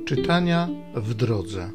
Czytania w drodze.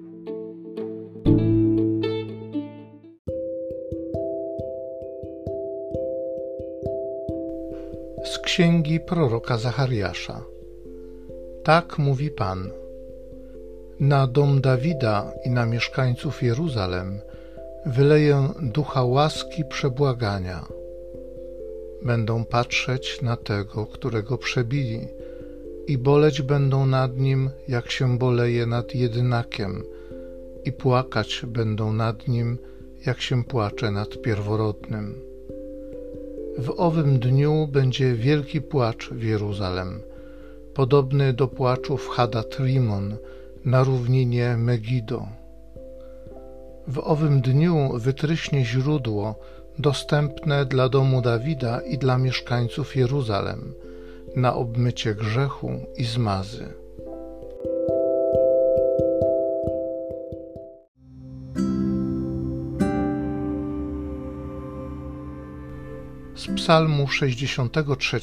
Z księgi proroka Zachariasza. Tak mówi Pan. Na dom Dawida i na mieszkańców Jeruzalem wyleję ducha łaski przebłagania. Będą patrzeć na tego, którego przebili, i boleć będą nad nim, jak się boleje nad jedynakiem, i płakać będą nad nim, jak się płacze nad pierworodnym. W owym dniu będzie wielki płacz w Jeruzalem, podobny do płaczu w Hadat-Rimon na równinie Megido. W owym dniu wytryśnie źródło dostępne dla domu Dawida i dla mieszkańców Jeruzalem, na obmycie grzechu i zmazy. Z Psalmu 63.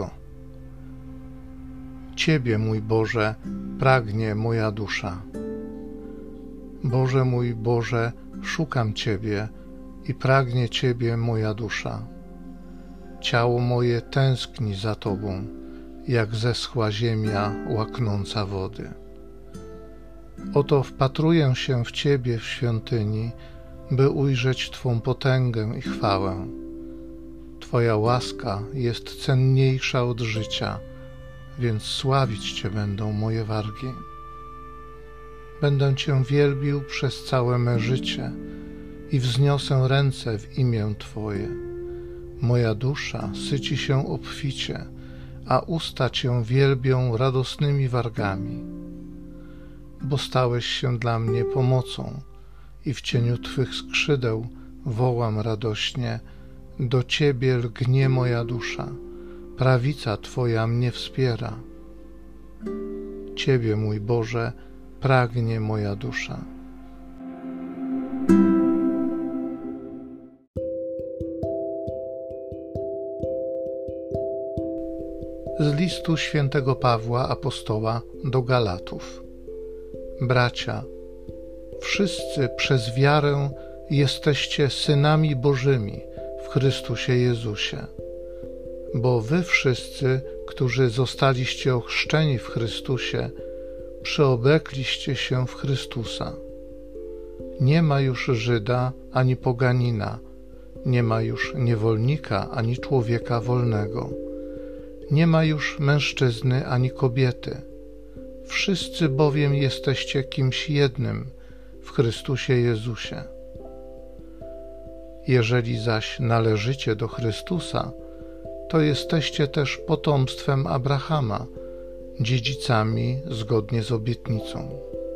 Ciebie, mój Boże, pragnie moja dusza. Boże mój Boże, szukam Ciebie i pragnie Ciebie moja dusza. Ciało moje tęskni za Tobą, jak zeschła ziemia łaknąca wody. Oto wpatruję się w Ciebie w świątyni, by ujrzeć Twą potęgę i chwałę. Twoja łaska jest cenniejsza od życia, więc sławić Cię będą moje wargi. Będę Cię wielbił przez całe me życie i wzniosę ręce w imię Twoje. Moja dusza syci się obficie, a usta Cię wielbią radosnymi wargami. Bo stałeś się dla mnie pomocą i w cieniu Twych skrzydeł wołam radośnie: do Ciebie lgnie moja dusza, prawica Twoja mnie wspiera. Ciebie, mój Boże, pragnie moja dusza. Z listu świętego Pawła apostoła do Galatów. Bracia, wszyscy przez wiarę jesteście synami Bożymi w Chrystusie Jezusie, bo wy wszyscy, którzy zostaliście ochrzczeni w Chrystusie, przeoblekliście się w Chrystusa. Nie ma już Żyda ani poganina, nie ma już niewolnika ani człowieka wolnego, nie ma już mężczyzny ani kobiety. Wszyscy bowiem jesteście kimś jednym w Chrystusie Jezusie. Jeżeli zaś należycie do Chrystusa, to jesteście też potomstwem Abrahama, dziedzicami zgodnie z obietnicą.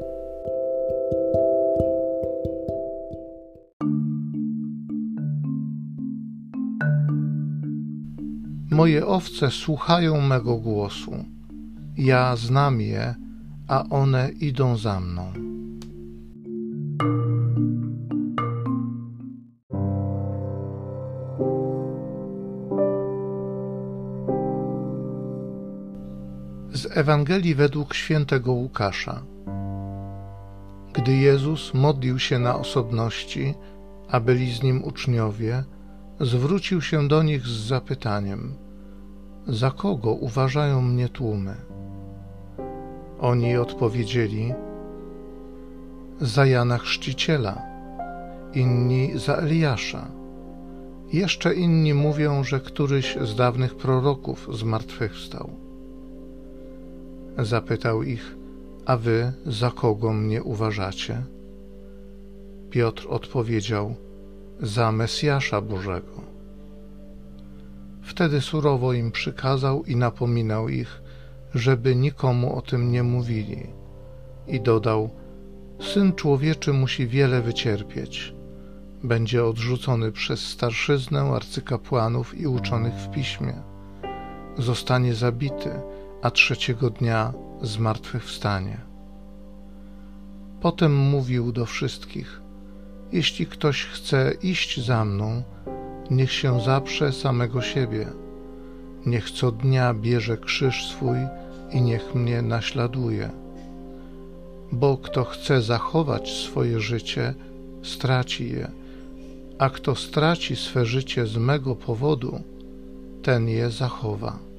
Moje owce słuchają mego głosu. Ja znam je, a one idą za mną. Z Ewangelii według świętego Łukasza. Gdy Jezus modlił się na osobności, a byli z Nim uczniowie, zwrócił się do nich z zapytaniem: za kogo uważają mnie tłumy? Oni odpowiedzieli: za Jana Chrzciciela, inni za Eliasza. Jeszcze inni mówią, że któryś z dawnych proroków zmartwychwstał. Zapytał ich: a wy za kogo mnie uważacie? Piotr odpowiedział: za Mesjasza Bożego. Wtedy surowo im przykazał i napominał ich, żeby nikomu o tym nie mówili. I dodał: Syn Człowieczy musi wiele wycierpieć. Będzie odrzucony przez starszyznę, arcykapłanów i uczonych w piśmie. Zostanie zabity, a trzeciego dnia zmartwychwstanie. Potem mówił do wszystkich: jeśli ktoś chce iść za mną, niech się zaprze samego siebie, niech co dnia bierze krzyż swój i niech mnie naśladuje. bo kto chce zachować swoje życie, straci je, a kto straci swe życie z mego powodu, ten je zachowa.